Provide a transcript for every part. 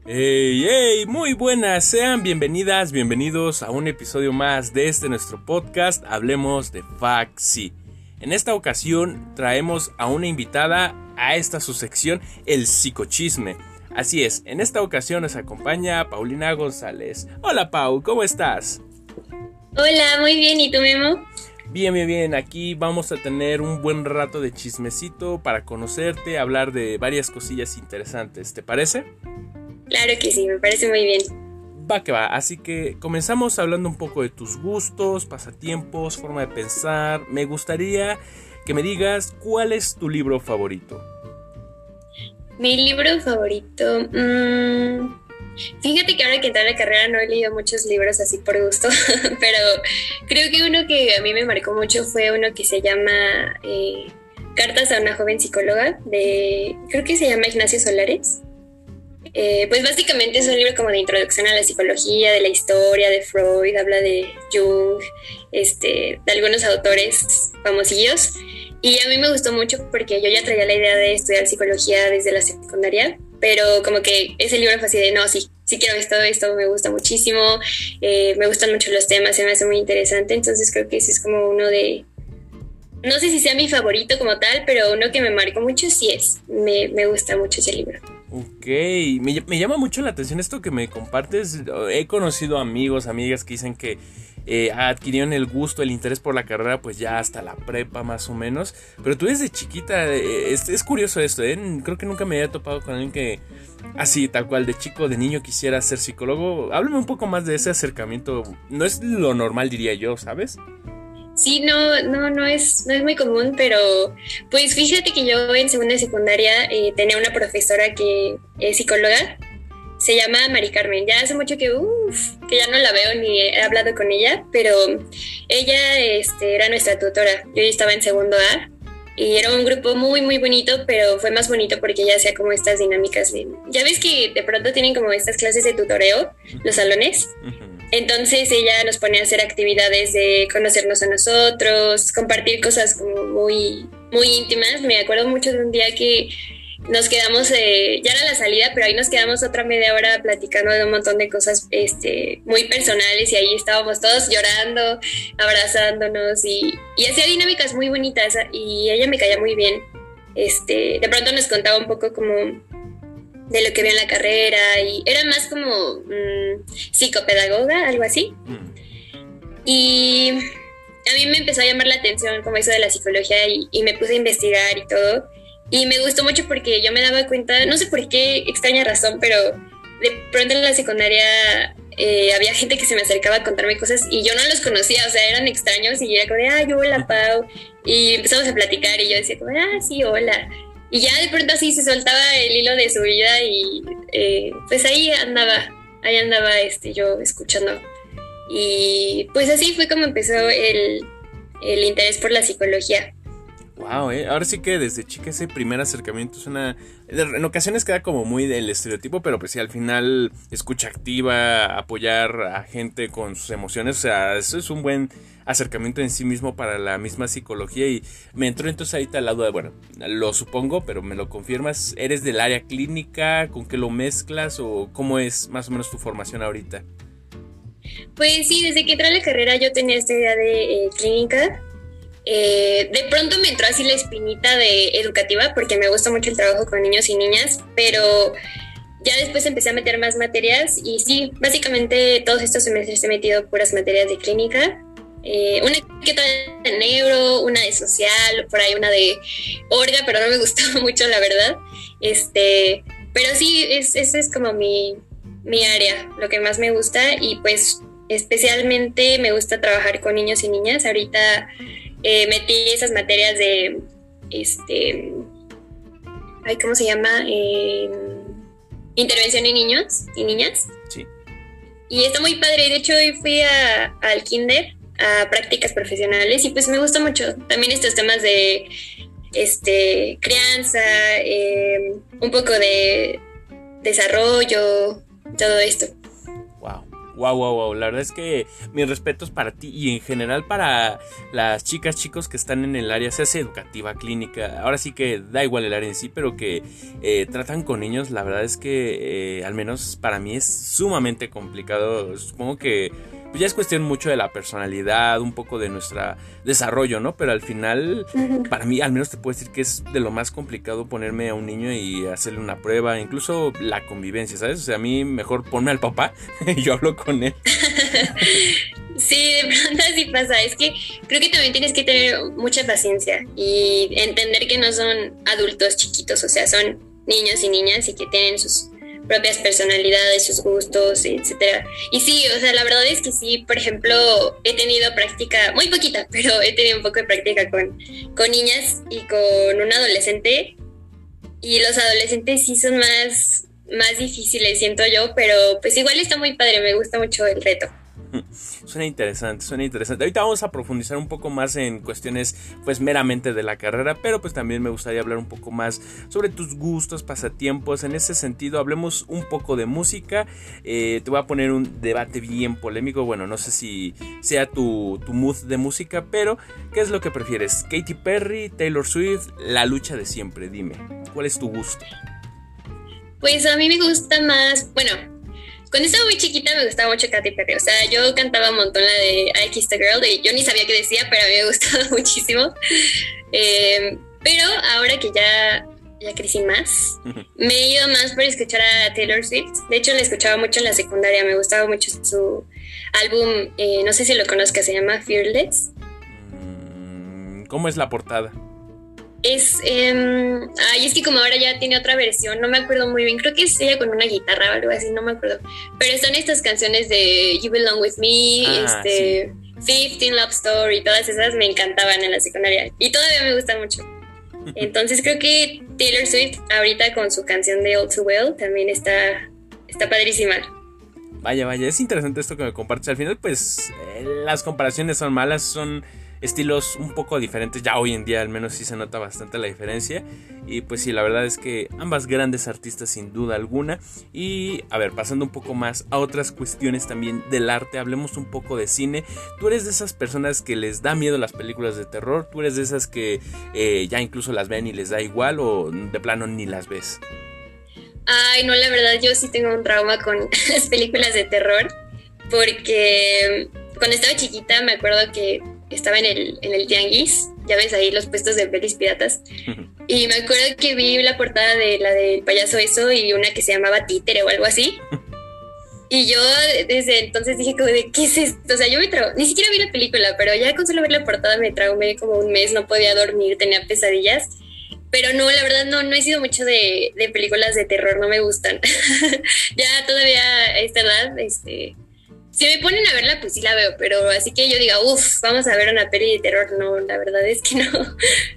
Hey, hey, muy buenas, sean bienvenidas, bienvenidos a un episodio más de nuestro podcast Hablemos de Faxi. En esta ocasión traemos a una invitada a esta su sección, el psicochisme. Así es, en esta ocasión nos acompaña Paulina González. Hola Pau, ¿cómo estás? Hola, muy bien, ¿y tú, Memo? Bien, aquí vamos a tener un buen rato de chismecito para conocerte, hablar de varias cosillas interesantes, ¿te parece? Claro que sí, me parece muy bien. Va que va, así que comenzamos hablando un poco de tus gustos, pasatiempos, forma de pensar. Me gustaría que me digas cuál es tu libro favorito. Mi libro favorito, fíjate que ahora que entré a la carrera no he leído muchos libros así por gusto, pero creo que uno que a mí me marcó mucho fue uno que se llama Cartas a una joven psicóloga, creo que se llama Ignacio Solares. Pues básicamente es un libro como de introducción a la psicología, de la historia de Freud, habla de Jung, de algunos autores famosillos. Y a mí me gustó mucho porque yo ya traía la idea de estudiar psicología desde la secundaria, pero como que ese libro fue así de, no, sí quiero esto me gusta muchísimo, me gustan mucho los temas, se me hace muy interesante, entonces creo que ese es como uno de, no sé si sea mi favorito como tal, pero uno que me marcó mucho sí es, me gusta mucho ese libro. Ok, me llama mucho la atención esto que me compartes. He conocido amigos, amigas que dicen que adquirieron el gusto, el interés por la carrera pues ya hasta la prepa más o menos. Pero tú desde chiquita, es curioso esto, creo que nunca me había topado con alguien que así, tal cual, de chico, de niño quisiera ser psicólogo. Háblame un poco más de ese acercamiento. No es lo normal, diría yo, ¿sabes? Sí, no es muy común, pero pues fíjate que yo en segunda de secundaria tenía una profesora que es psicóloga, se llama Mari Carmen. Ya hace mucho que ya no la veo ni he hablado con ella, pero ella era nuestra tutora. Yo ya estaba en segundo A y era un grupo muy, muy bonito, pero fue más bonito porque ella hacía como estas dinámicas ya ves que de pronto tienen como estas clases de tutoreo, los salones. Entonces ella nos ponía a hacer actividades de conocernos a nosotros, compartir cosas como muy, muy íntimas. Me acuerdo mucho de un día que nos quedamos, ya era la salida, pero ahí nos quedamos otra media hora platicando de un montón de cosas muy personales y ahí estábamos todos llorando, abrazándonos y hacía dinámicas muy bonitas y ella me caía muy bien. De pronto nos contaba un poco como de lo que vio en la carrera y era más como psicopedagoga, algo así. Y a mí me empezó a llamar la atención como eso de la psicología y me puse a investigar y todo. Y me gustó mucho porque yo me daba cuenta, no sé por qué extraña razón, pero de pronto en la secundaria había gente que se me acercaba a contarme cosas y yo no los conocía, o sea, eran extraños y yo era como de, ay, hola, Pau. Y empezamos a platicar y yo decía como, sí, hola. Y ya de pronto así se soltaba el hilo de su vida y pues ahí andaba yo escuchando. Y pues así fue como empezó el interés por la psicología. Wow, ahora sí que desde chica ese primer acercamiento es en ocasiones queda como muy del estereotipo, pero pues sí, al final escucha activa, apoyar a gente con sus emociones, o sea, eso es un buen acercamiento en sí mismo para la misma psicología. Y me entró entonces ahorita al lado de, bueno, lo supongo, pero me lo confirmas, ¿eres del área clínica? ¿Con qué lo mezclas? ¿O cómo es más o menos tu formación ahorita? Pues sí, desde que entré a la carrera yo tenía esta idea de clínica. De pronto me entró así la espinita de educativa porque me gusta mucho el trabajo con niños y niñas, pero ya después empecé a meter más materias y sí, básicamente todos estos semestres he metido puras materias de clínica, una que otra de neuro, una de social, por ahí una de orga, pero no me gustó mucho la verdad, pero sí, ese es como mi área, lo que más me gusta y pues especialmente me gusta trabajar con niños y niñas. Ahorita metí esas materias de ¿cómo se llama? Intervención en niños y niñas. Sí. Y está muy padre. De hecho, hoy fui al kinder a prácticas profesionales y pues me gusta mucho. También estos temas de crianza, un poco de desarrollo, todo esto. Wow, wow, wow. La verdad es que mis respetos para ti y en general para las chicas, chicos que están en el área, sea educativa, clínica. Ahora sí que da igual el área en sí, pero que tratan con niños. La verdad es que al menos para mí es sumamente complicado. Supongo que pues ya es cuestión mucho de la personalidad, un poco de nuestro desarrollo, ¿no? Pero al final, para mí, al menos te puedo decir que es de lo más complicado ponerme a un niño y hacerle una prueba, incluso la convivencia, ¿sabes? O sea, a mí mejor ponme al papá y yo hablo con él. Sí, de pronto así pasa. Es que creo que también tienes que tener mucha paciencia y entender que no son adultos chiquitos, o sea, son niños y niñas y que tienen sus propias personalidades, sus gustos, etcétera. Y sí, o sea, la verdad es que sí, por ejemplo, he tenido práctica, muy poquita, pero he tenido un poco de práctica con niñas y con un adolescente. Y los adolescentes sí son más difíciles, siento yo, pero pues igual está muy padre, me gusta mucho el reto. Suena interesante, suena interesante. Ahorita vamos a profundizar un poco más en cuestiones pues meramente de la carrera, pero pues también me gustaría hablar un poco más sobre tus gustos, pasatiempos. En ese sentido, hablemos un poco de música. Te voy a poner un debate bien polémico. Bueno, no sé si sea tu mood de música, pero ¿qué es lo que prefieres? ¿Katy Perry, Taylor Swift, la lucha de siempre? Dime, ¿cuál es tu gusto? Pues a mí me gusta más, bueno, cuando estaba muy chiquita me gustaba mucho Katy Perry, o sea, yo cantaba un montón la de I Kissed a Girl, y yo ni sabía qué decía, pero a mí me gustaba muchísimo. Pero ahora que ya crecí más, me he ido más por escuchar a Taylor Swift. De hecho, la escuchaba mucho en la secundaria, me gustaba mucho su álbum, no sé si lo conozcas, se llama Fearless. ¿Cómo es la portada? Es que como ahora ya tiene otra versión, no me acuerdo muy bien, creo que es ella con una guitarra o algo así, no me acuerdo, pero son estas canciones de You Belong With Me, sí. 15 Love Story, todas esas me encantaban en la secundaria y todavía me gustan mucho. Entonces creo que Taylor Swift ahorita con su canción de All Too Well también está padrísima. Vaya, es interesante esto que me compartes. Al final pues las comparaciones son malas, son estilos un poco diferentes, ya hoy en día al menos sí se nota bastante la diferencia. Y pues sí, la verdad es que ambas grandes artistas sin duda alguna. Y a ver, pasando un poco más a otras cuestiones también del arte, hablemos un poco de cine. ¿Tú eres de esas personas que les da miedo las películas de terror? ¿Tú eres de esas que ya incluso las ven y les da igual, o de plano ni las ves? Ay, no, la verdad yo sí tengo un trauma con las películas de terror, porque cuando estaba chiquita me acuerdo que estaba en el tianguis, ya ves ahí los puestos de pelis piratas, y me acuerdo que vi la portada de la del payaso eso y una que se llamaba Títere o algo así, y yo desde entonces dije como de, ¿qué es esto? O sea, yo ni siquiera vi la película, pero ya con solo ver la portada me traumé como un mes, no podía dormir, tenía pesadillas. Pero no, la verdad no he sido mucho de películas de terror, no me gustan. Ya todavía a esta edad, si me ponen a verla, pues sí la veo, pero así que yo diga, vamos a ver una peli de terror, no, la verdad es que no.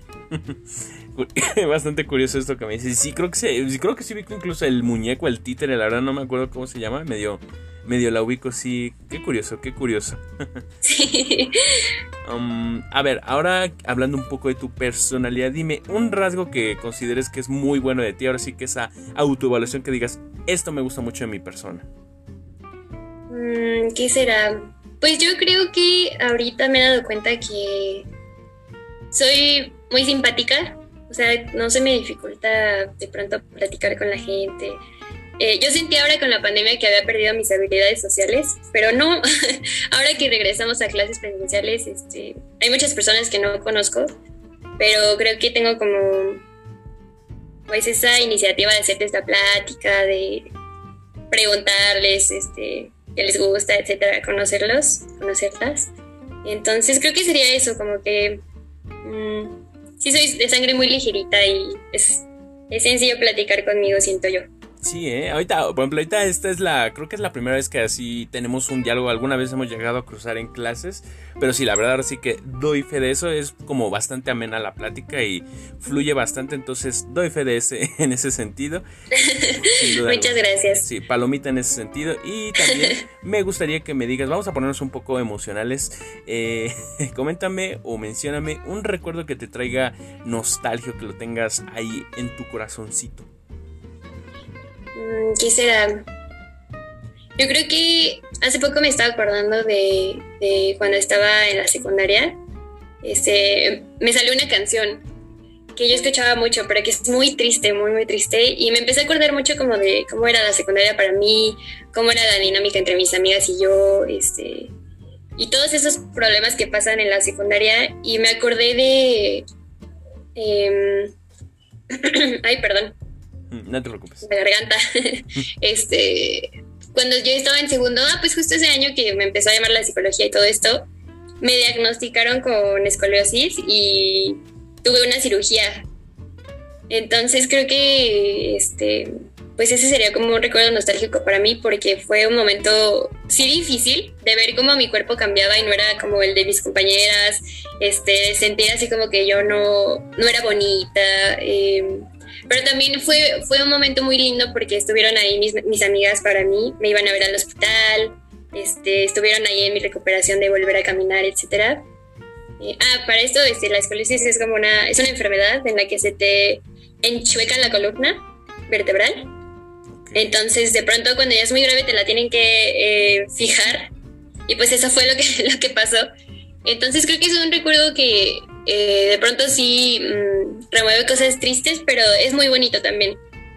Bastante curioso esto que me dices. Sí, creo que sí vi incluso el muñeco, el títere, la verdad no me acuerdo cómo se llama, medio la ubico, sí. Qué curioso. Sí. A ver, ahora hablando un poco de tu personalidad, dime un rasgo que consideres que es muy bueno de ti, ahora sí que esa autoevaluación que digas, esto me gusta mucho de mi persona. ¿Qué será? Pues yo creo que ahorita me he dado cuenta que soy muy simpática, o sea, no se me dificulta de pronto platicar con la gente. Yo sentí ahora con la pandemia que había perdido mis habilidades sociales, pero no, ahora que regresamos a clases presenciales, hay muchas personas que no conozco, pero creo que tengo como pues esa iniciativa de hacerles la plática, de preguntarles qué les gusta, etcétera, conocerlas. Entonces creo que sería eso, como que sí soy de sangre muy ligerita y es sencillo platicar conmigo, siento yo. Sí, ahorita, por ejemplo, creo que es la primera vez que así tenemos un diálogo. Alguna vez hemos llegado a cruzar en clases, pero sí, la verdad ahora sí que doy fe de eso. Es como bastante amena la plática y fluye bastante, entonces doy fe de en ese sentido. Muchas gracias. Sí, palomita en ese sentido. Y también me gustaría que me digas, vamos a ponernos un poco emocionales, coméntame o mencióname un recuerdo que te traiga nostalgia, que lo tengas ahí en tu corazoncito. ¿Qué será? Yo creo que hace poco me estaba acordando de cuando estaba en la secundaria. Me salió una canción que yo escuchaba mucho, pero que es muy triste, muy, muy triste. Y me empecé a acordar mucho como de cómo era la secundaria para mí, cómo era la dinámica entre mis amigas y yo, y todos esos problemas que pasan en la secundaria. Y me acordé de... em, ay, perdón. No te preocupes. La garganta. Cuando yo estaba en segundo, pues justo ese año que me empezó a llamar la psicología y todo esto, me diagnosticaron con escoliosis y tuve una cirugía. Entonces creo que pues ese sería como un recuerdo nostálgico para mí, porque fue un momento sí difícil de ver cómo mi cuerpo cambiaba y no era como el de mis compañeras, sentir así como que yo no era bonita, pero también fue un momento muy lindo porque estuvieron ahí mis amigas para mí, me iban a ver al hospital, estuvieron ahí en mi recuperación de volver a caminar, etcétera. Para esto, la escoliosis es como es una enfermedad en la que se te enchueca la columna vertebral. Entonces, de pronto, cuando ya es muy grave, te la tienen que fijar. Y pues eso fue lo que pasó. Entonces, creo que es un recuerdo que de pronto sí remueve cosas tristes, pero es muy bonito también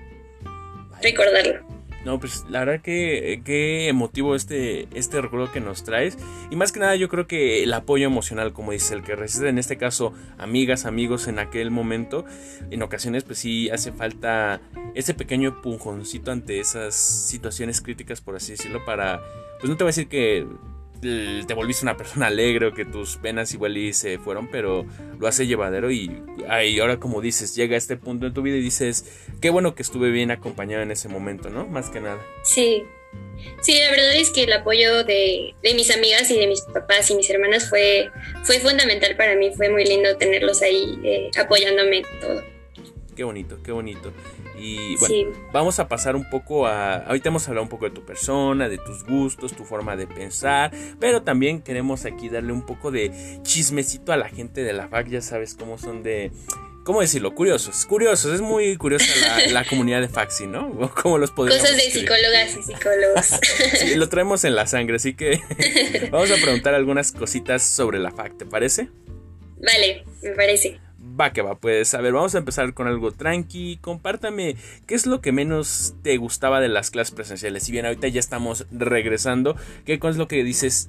recordarlo. No, pues la verdad que qué emotivo este recuerdo que nos traes. Y más que nada yo creo que el apoyo emocional, como dice, el que recibes en este caso amigas, amigos en aquel momento, en ocasiones pues sí hace falta ese pequeño empujoncito ante esas situaciones críticas, por así decirlo, para, pues no te voy a decir que te volviste una persona alegre o que tus penas igual y se fueron, pero lo hace llevadero y ahora como dices, llega a este punto en tu vida y dices, qué bueno que estuve bien acompañado en ese momento, ¿no? Más que nada. Sí, la verdad es que el apoyo de mis amigas y de mis papás y mis hermanas fue fundamental para mí, fue muy lindo tenerlos ahí apoyándome en todo. Qué bonito, qué bonito. Y bueno, sí. Vamos a pasar un poco ahorita hemos hablado un poco de tu persona, de tus gustos, tu forma de pensar, pero también queremos aquí darle un poco de chismecito a la gente de la FAC, ya sabes cómo son de... ¿Cómo decirlo? Curiosos, es muy curiosa la comunidad de Faxi, ¿no? ¿Cómo los podríamos Cosas de describir? psicólogas y psicólogos. Sí, lo traemos en la sangre, así que vamos a preguntar algunas cositas sobre la FAC, ¿te parece? Vale, me parece. Va que va, pues a ver, vamos a empezar con algo tranqui. Compártame, ¿qué es lo que menos te gustaba de las clases presenciales? Si bien ahorita ya estamos regresando, ¿qué es lo que dices?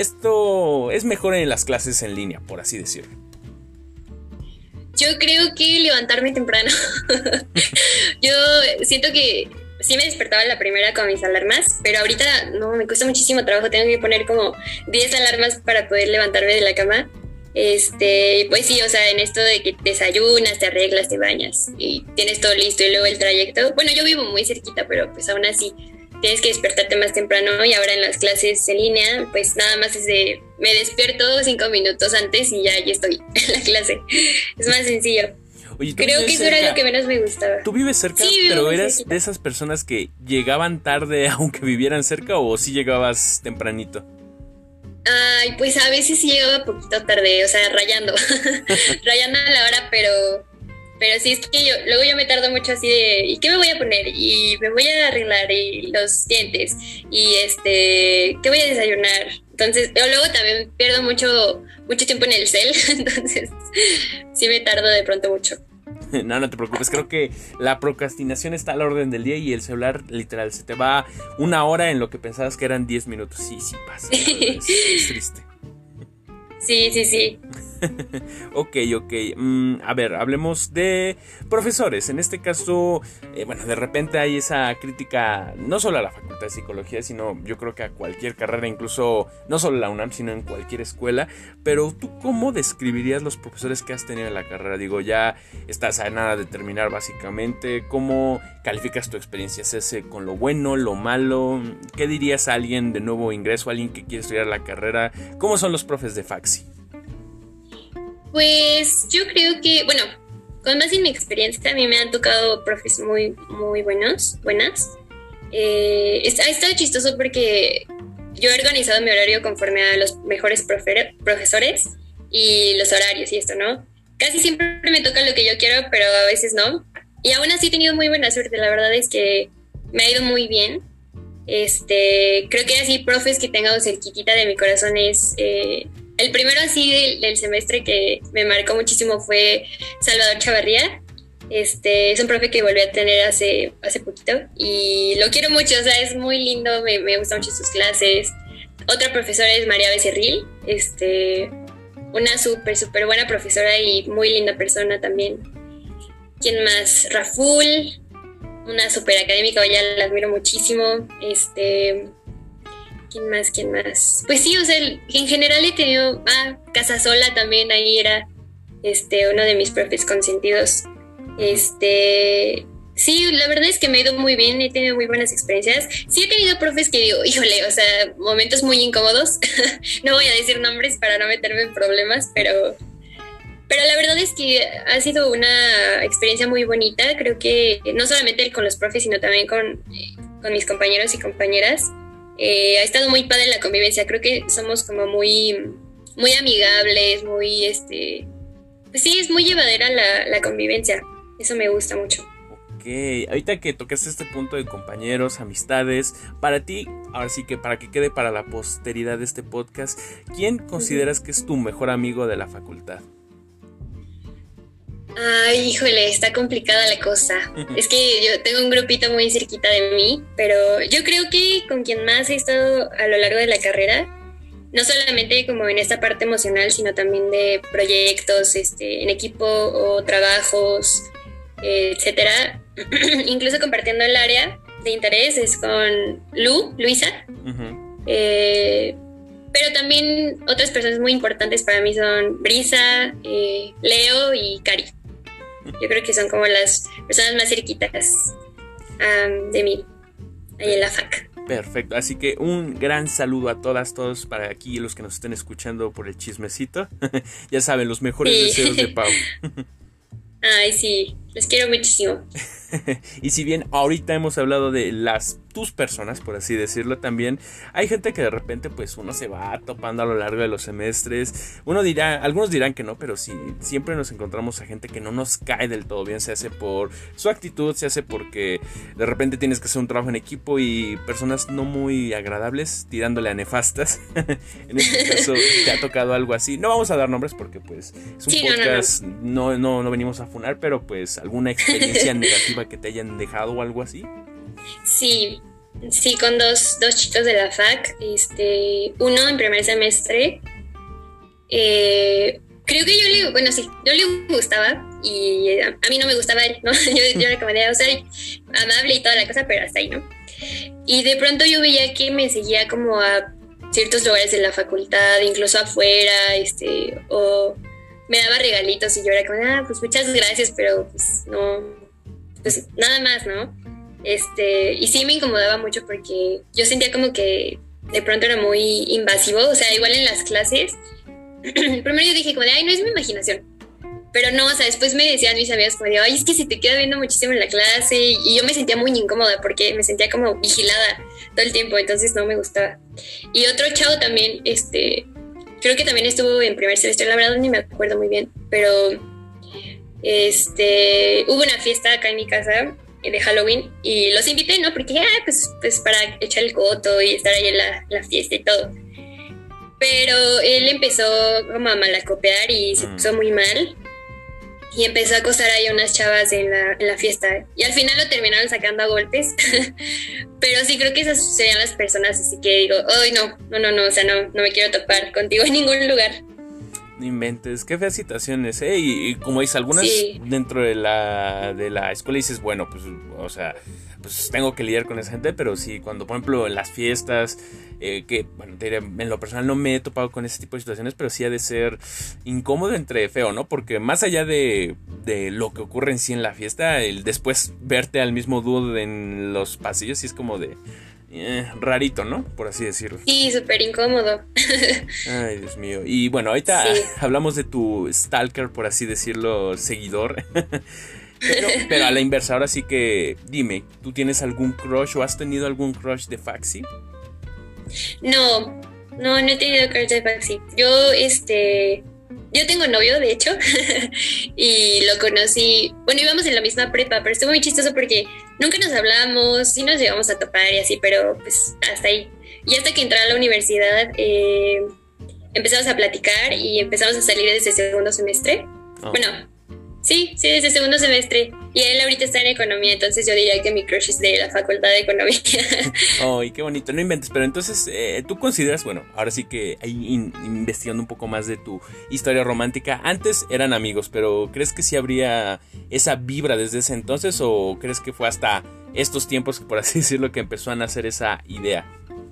Esto es mejor en las clases en línea, por así decirlo. Yo creo que levantarme temprano. Yo siento que sí me despertaba la primera con mis alarmas, pero ahorita no, me cuesta muchísimo trabajo. Tengo que poner como 10 alarmas para poder levantarme de la cama. Pues sí, o sea, en esto de que desayunas, te arreglas, te bañas y tienes todo listo y luego el trayecto. Bueno, yo vivo muy cerquita, pero pues aún así tienes que despertarte más temprano, y ahora en las clases en línea, pues nada más me despierto 5 minutos antes y ya estoy en la clase. Es más sencillo. Oye, creo que eso era lo que menos me gustaba. ¿Tú vives cerca, sí, pero eras cerquita de esas personas que llegaban tarde aunque vivieran cerca, o sí llegabas tempranito? Ay, pues a veces sí llegaba poquito tarde, o sea, rayando a la hora, pero sí es que luego yo me tardo mucho así de, ¿y qué me voy a poner? Y me voy a arreglar y los dientes, y ¿qué voy a desayunar? Entonces, yo luego también pierdo mucho tiempo en el cel, entonces sí me tardo de pronto mucho. No te preocupes, creo que la procrastinación está a la orden del día y el celular literal se te va 1 hora en lo que pensabas que eran 10 minutos. Sí pasa, es triste. Sí. Ok. A ver, hablemos de profesores. En este caso, de repente hay esa crítica, no solo a la Facultad de Psicología, sino yo creo que a cualquier carrera, incluso no solo en la UNAM, sino en cualquier escuela. Pero ¿tú cómo describirías los profesores que has tenido en la carrera? Digo, ya estás a nada de terminar básicamente. ¿Cómo calificas tu experiencia? ¿Es con lo bueno, lo malo? ¿Qué dirías a alguien de nuevo ingreso, a alguien que quiere estudiar la carrera? ¿Cómo son los profes de Faxi? Pues yo creo que, bueno, con base en mi experiencia, a mí me han tocado profes muy, muy buenas. Ha estado chistoso porque yo he organizado mi horario conforme a los mejores profesores y los horarios y esto, ¿no? Casi siempre me toca lo que yo quiero, pero a veces no. Y aún así he tenido muy buena suerte, la verdad es que me ha ido muy bien. Creo que así profes que tengo cerquitita de mi corazón es el primero así del semestre que me marcó muchísimo fue Salvador Chavarría. Es un profe que volví a tener hace poquito y lo quiero mucho, o sea, es muy lindo, me gustan mucho sus clases. Otra profesora es María Becerril, una súper buena profesora y muy linda persona también. ¿Quién más? Raful, una súper académica, ya la admiro muchísimo. ¿Quién más? Pues sí, o sea, en general he tenido... Casasola también, ahí era uno de mis profes consentidos. Sí, la verdad es que me ha ido muy bien, he tenido muy buenas experiencias. Sí he tenido profes que digo, híjole, o sea, momentos muy incómodos. No voy a decir nombres para no meterme en problemas, pero la verdad es que ha sido una experiencia muy bonita. Creo que no solamente con los profes, sino también con mis compañeros y compañeras. Ha estado muy padre la convivencia. Creo que somos como muy, muy amigables, muy, pues sí, es muy llevadera la convivencia. Eso me gusta mucho. Ok, ahorita que tocaste este punto de compañeros, amistades, para ti, ahora sí que para que quede para la posteridad de este podcast, ¿quién consideras que es tu mejor amigo de la facultad? Ay, híjole, está complicada la cosa. Es que yo tengo un grupito muy cerquita de mí, pero yo creo que con quien más he estado a lo largo de la carrera, no solamente como en esta parte emocional, sino también de proyectos, en equipo o trabajos, etcétera. Incluso compartiendo el área de interés es con Luisa. Uh-huh. Pero también otras personas muy importantes para mí son Brisa, Leo y Cari. Yo creo que son como las personas más cerquitas de mí, ahí en la fac. Perfecto, así que un gran saludo a todos para aquí los que nos estén escuchando por el chismecito. Ya saben, los mejores deseos de Pau. Ay, sí, los quiero muchísimo. Y si bien ahorita hemos hablado de tus personas, por así decirlo, también hay gente que de repente pues uno se va topando a lo largo de los semestres. Algunos dirán que no, pero sí, siempre nos encontramos a gente que no nos cae del todo bien, se hace por su actitud, se hace porque de repente tienes que hacer un trabajo en equipo y personas no muy agradables tirándole a nefastas. En este caso te ha tocado algo así. No vamos a dar nombres porque pues es un podcast, no venimos a funar, pero pues alguna experiencia negativa que te hayan dejado o algo así. Sí, con dos chicos de la fac, uno en primer semestre, creo que yo le gustaba y a mí no me gustaba él, ¿no? Yo era como de, o sea, amable y toda la cosa, pero hasta ahí, ¿no? Y de pronto yo veía que me seguía como a ciertos lugares de la facultad, incluso afuera, o me daba regalitos y yo era como, pues muchas gracias, pero pues no, pues nada más, ¿no? Y sí me incomodaba mucho porque yo sentía como que de pronto era muy invasivo, o sea, igual en las clases, primero yo dije como de, ay, no es mi imaginación, pero no, o sea, después me decían mis amigas como de, ay, es que se te queda viendo muchísimo en la clase, y yo me sentía muy incómoda porque me sentía como vigilada todo el tiempo, entonces no me gustaba. Y otro chavo también, creo que también estuvo en primer semestre, la verdad ni me acuerdo muy bien, pero hubo una fiesta acá en mi casa de Halloween y los invité, ¿no? Porque pues para echar el coto y estar ahí en la fiesta y todo. Pero él empezó como a malacopear y se puso muy mal y empezó a acosar ahí a unas chavas en la fiesta y al final lo terminaron sacando a golpes. Pero sí creo que esas serían las personas, así que digo, ay, no, o sea, no me quiero topar contigo en ningún lugar. No inventes, qué feas situaciones, ¿eh? Y como dices, algunas dentro de la escuela dices, bueno, pues, o sea, pues tengo que lidiar con esa gente, pero sí, cuando, por ejemplo, en las fiestas, que, bueno, te diré, en lo personal no me he topado con ese tipo de situaciones, pero sí ha de ser incómodo entre feo, ¿no? Porque más allá de lo que ocurre en sí en la fiesta, el después verte al mismo dúo en los pasillos, sí es como de... rarito, ¿no? Por así decirlo. Sí, súper incómodo. Ay, Dios mío. Y bueno, ahorita hablamos de tu stalker, por así decirlo, seguidor. pero a la inversa, ahora sí que dime, ¿tú tienes algún crush o has tenido algún crush de Faxi? No he tenido crush de Faxi. Yo, yo tengo novio, de hecho, y lo conocí, bueno, íbamos en la misma prepa, pero estuvo muy chistoso porque nunca nos hablamos, sí nos llegamos a topar y así, pero pues hasta ahí. Y hasta que entré a la universidad, empezamos a platicar y empezamos a salir desde segundo semestre. Oh. Bueno, sí, desde segundo semestre. Y él ahorita está en economía, entonces yo diría que mi crush es de la facultad de economía. ¡Ay, qué bonito! No inventes, pero entonces tú consideras, bueno, ahora sí que ahí investigando un poco más de tu historia romántica, antes eran amigos, pero ¿crees que sí habría esa vibra desde ese entonces o crees que fue hasta estos tiempos, por así decirlo, que empezó a nacer esa idea?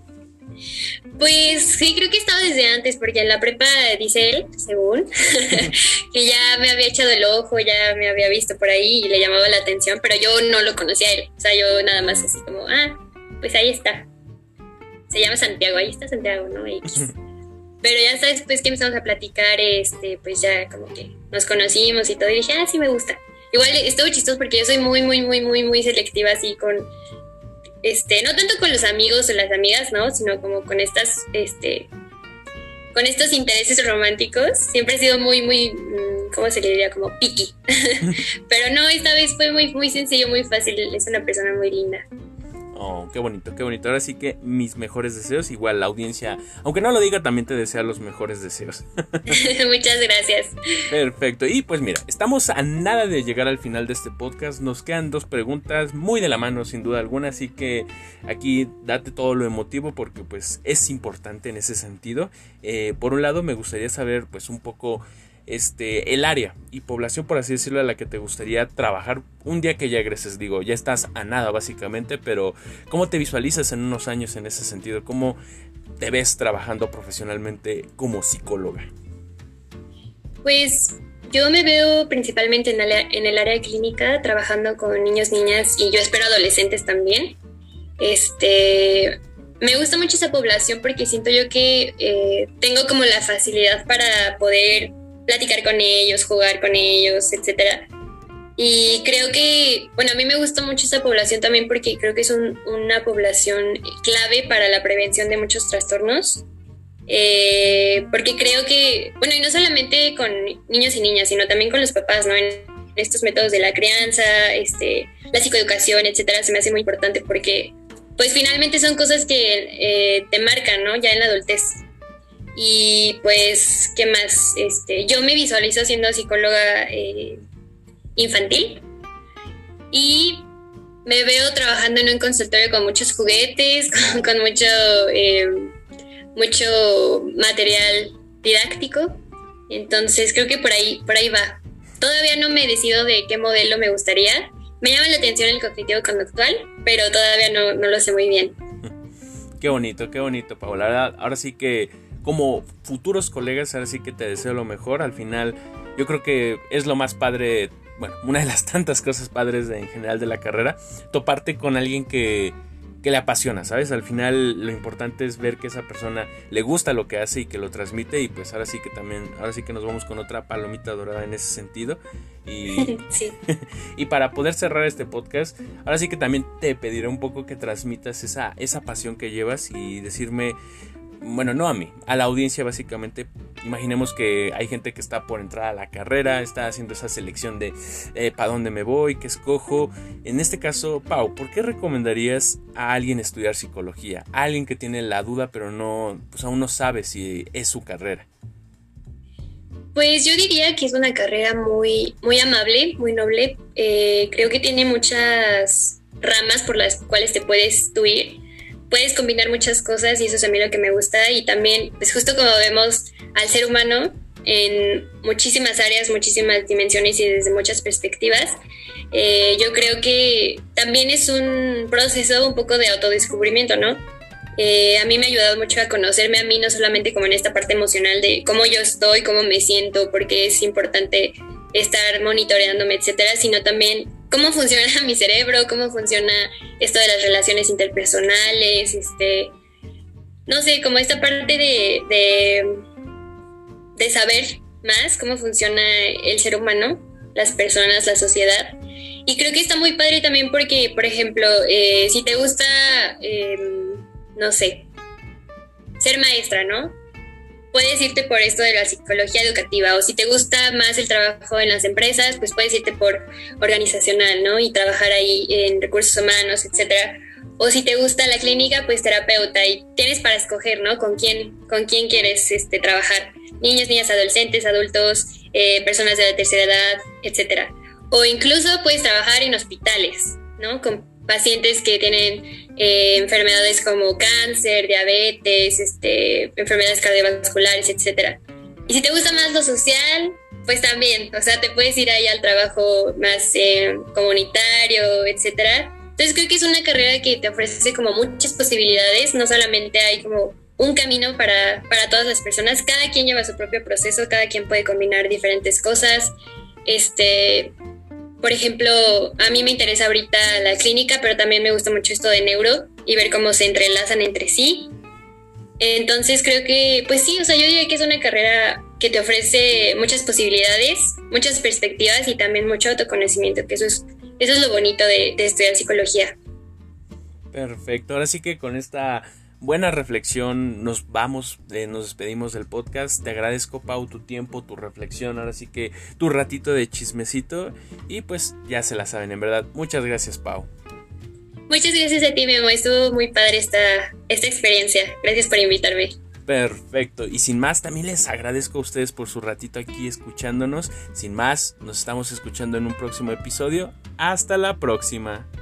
Pues sí, creo que estaba desde antes, porque en la prepa dice él, según, que ya me había echado el ojo, ya me había visto por ahí y le llamaba la atención, pero yo no lo conocía a él. O sea, yo nada más así como, pues ahí está. Se llama Santiago, ahí está Santiago, ¿no? X. Pero ya hasta después que empezamos a platicar, pues ya como que nos conocimos y todo, y dije, sí me gusta. Igual estuvo chistoso porque yo soy muy, muy, muy, muy, muy selectiva así con... no tanto con los amigos o las amigas, ¿no? Sino como con estas, con estos intereses románticos. Siempre he sido muy, muy, ¿cómo se le diría? Como picky. Pero no, esta vez fue muy, muy sencillo, muy fácil. Es una persona muy linda. Oh, qué bonito, qué bonito. Ahora sí que mis mejores deseos, igual la audiencia, aunque no lo diga, también te desea los mejores deseos. Muchas gracias. Perfecto, y pues mira, estamos a nada de llegar al final de este podcast. Nos quedan 2 preguntas muy de la mano sin duda alguna, así que aquí date todo lo emotivo porque pues es importante en ese sentido. Por un lado me gustaría saber pues un poco el área y población, por así decirlo, a la que te gustaría trabajar un día que ya egreses. Digo, ya estás a nada básicamente, pero ¿cómo te visualizas en unos años en ese sentido? ¿Cómo te ves trabajando profesionalmente como psicóloga? Pues yo me veo principalmente en el área clínica, trabajando con niños, niñas y yo espero adolescentes también. Me gusta mucho esa población porque siento yo que tengo como la facilidad para poder platicar con ellos, jugar con ellos, etcétera. Y creo que, bueno, a mí me gusta mucho esa población también porque creo que es una población clave para la prevención de muchos trastornos. Porque creo que, bueno, y no solamente con niños y niñas, sino también con los papás, ¿no? En estos métodos de la crianza, la psicoeducación, etcétera, se me hace muy importante porque, pues, finalmente son cosas que te marcan, ¿no? Ya en la adultez. Y pues, ¿qué más? Yo me visualizo siendo psicóloga infantil y me veo trabajando en un consultorio con muchos juguetes, con mucho material didáctico. Entonces creo que por ahí va. Todavía no me decido de qué modelo me gustaría. Me llama la atención el cognitivo-conductual, pero todavía no lo sé muy bien. Qué bonito, Paola. Ahora sí que como futuros colegas, ahora sí que te deseo lo mejor. Al final yo creo que es lo más padre, bueno, una de las tantas cosas padres en general de la carrera, toparte con alguien que le apasiona, ¿sabes? Al final lo importante es ver que esa persona le gusta lo que hace y que lo transmite, y pues ahora sí que nos vamos con otra palomita dorada en ese sentido. Y, sí. Y para poder cerrar este podcast, ahora sí que también te pediré un poco que transmitas esa pasión que llevas y decirme, bueno, no a mí, a la audiencia básicamente. Imaginemos que hay gente que está por entrar a la carrera, está haciendo esa selección de para dónde me voy, qué escojo. En este caso, Pau, ¿por qué recomendarías a alguien estudiar psicología? A alguien que tiene la duda pero no, pues aún no sabe si es su carrera. Pues yo diría que es una carrera muy, muy amable, muy noble. Creo que tiene muchas ramas por las cuales te puedes ir. Puedes combinar muchas cosas y eso es a mí lo que me gusta. Y también, pues justo como vemos al ser humano en muchísimas áreas, muchísimas dimensiones y desde muchas perspectivas, yo creo que también es un proceso un poco de autodescubrimiento, ¿no? A mí me ha ayudado mucho a conocerme a mí, no solamente como en esta parte emocional de cómo yo estoy, cómo me siento, porque es importante estar monitoreándome, etcétera, sino también cómo funciona mi cerebro, cómo funciona esto de las relaciones interpersonales, no sé, como esta parte de saber más cómo funciona el ser humano, las personas, la sociedad. Y creo que está muy padre también porque, por ejemplo, si te gusta, no sé, ser maestra, ¿no? puedes irte por esto de la psicología educativa, o si te gusta más el trabajo en las empresas, pues puedes irte por organizacional, ¿no? Y trabajar ahí en recursos humanos, etcétera. O si te gusta la clínica, pues terapeuta, y tienes para escoger, ¿no? Con quién quieres trabajar. Niños, niñas, adolescentes, adultos, personas de la tercera edad, etcétera. O incluso puedes trabajar en hospitales, ¿no? Con pacientes que tienen enfermedades como cáncer, diabetes, enfermedades cardiovasculares, etcétera. Y si te gusta más lo social, pues también, o sea, te puedes ir ahí al trabajo más comunitario, etcétera. Entonces creo que es una carrera que te ofrece como muchas posibilidades, no solamente hay como un camino para todas las personas, cada quien lleva su propio proceso, cada quien puede combinar diferentes cosas. Por ejemplo, a mí me interesa ahorita la clínica, pero también me gusta mucho esto de neuro y ver cómo se entrelazan entre sí. Entonces creo que, pues sí, o sea, yo diría que es una carrera que te ofrece muchas posibilidades, muchas perspectivas y también mucho autoconocimiento, que eso es lo bonito de estudiar psicología. Perfecto, ahora sí que con esta buena reflexión nos vamos, nos despedimos del podcast. Te agradezco, Pau, tu tiempo, tu reflexión, ahora sí que tu ratito de chismecito, y pues ya se la saben, en verdad, muchas gracias, Pau. Muchas gracias a ti, Memo, estuvo muy padre esta experiencia, gracias por invitarme. Perfecto, y sin más, también les agradezco a ustedes por su ratito aquí escuchándonos. Sin más, nos estamos escuchando en un próximo episodio. Hasta la próxima.